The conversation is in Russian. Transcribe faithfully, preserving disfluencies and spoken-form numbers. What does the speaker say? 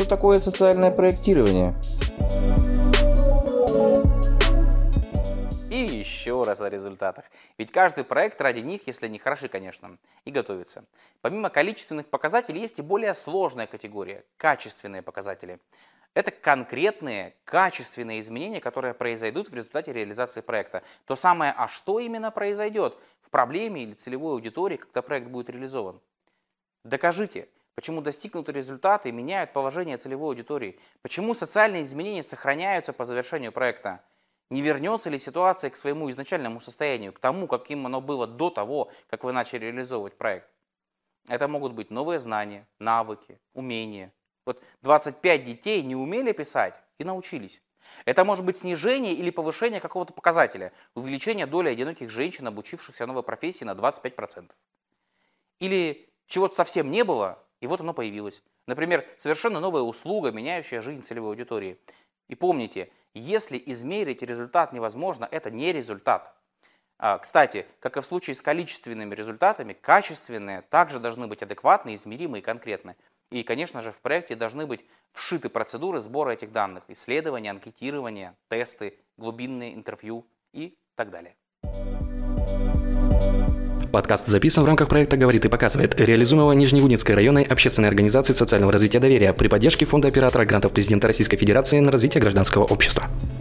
такое социальное проектирование. И еще раз о результатах. Ведь каждый проект ради них, если они хороши, конечно, и готовится. Помимо количественных показателей есть и более сложная категория – качественные показатели. Это конкретные, качественные изменения, которые произойдут в результате реализации проекта. То самое, а что именно произойдет в проблеме или целевой аудитории, когда проект будет реализован. Докажите, почему достигнутые результаты меняют положение целевой аудитории, почему социальные изменения сохраняются по завершению проекта. Не вернется ли ситуация к своему изначальному состоянию, к тому, каким оно было до того, как вы начали реализовывать проект. Это могут быть новые знания, навыки, умения. Вот двадцать пять детей не умели писать и научились. Это может быть снижение или повышение какого-то показателя, увеличение доли одиноких женщин, обучившихся новой профессии на двадцать пять процентов. Или чего-то совсем не было, и вот оно появилось. Например, совершенно новая услуга, меняющая жизнь целевой аудитории. И помните, если измерить результат невозможно, это не результат. Кстати, как и в случае с количественными результатами, качественные также должны быть адекватны, измеримы и конкретны. И, конечно же, в проекте должны быть вшиты процедуры сбора этих данных, исследования, анкетирования, тесты, глубинные интервью и так далее. Подкаст записан в рамках проекта «Говорит и показывает», реализуемого Нижневудинской районной общественной организацией социального развития доверия при поддержке Фонда оператора грантов президента Российской Федерации на развитие гражданского общества.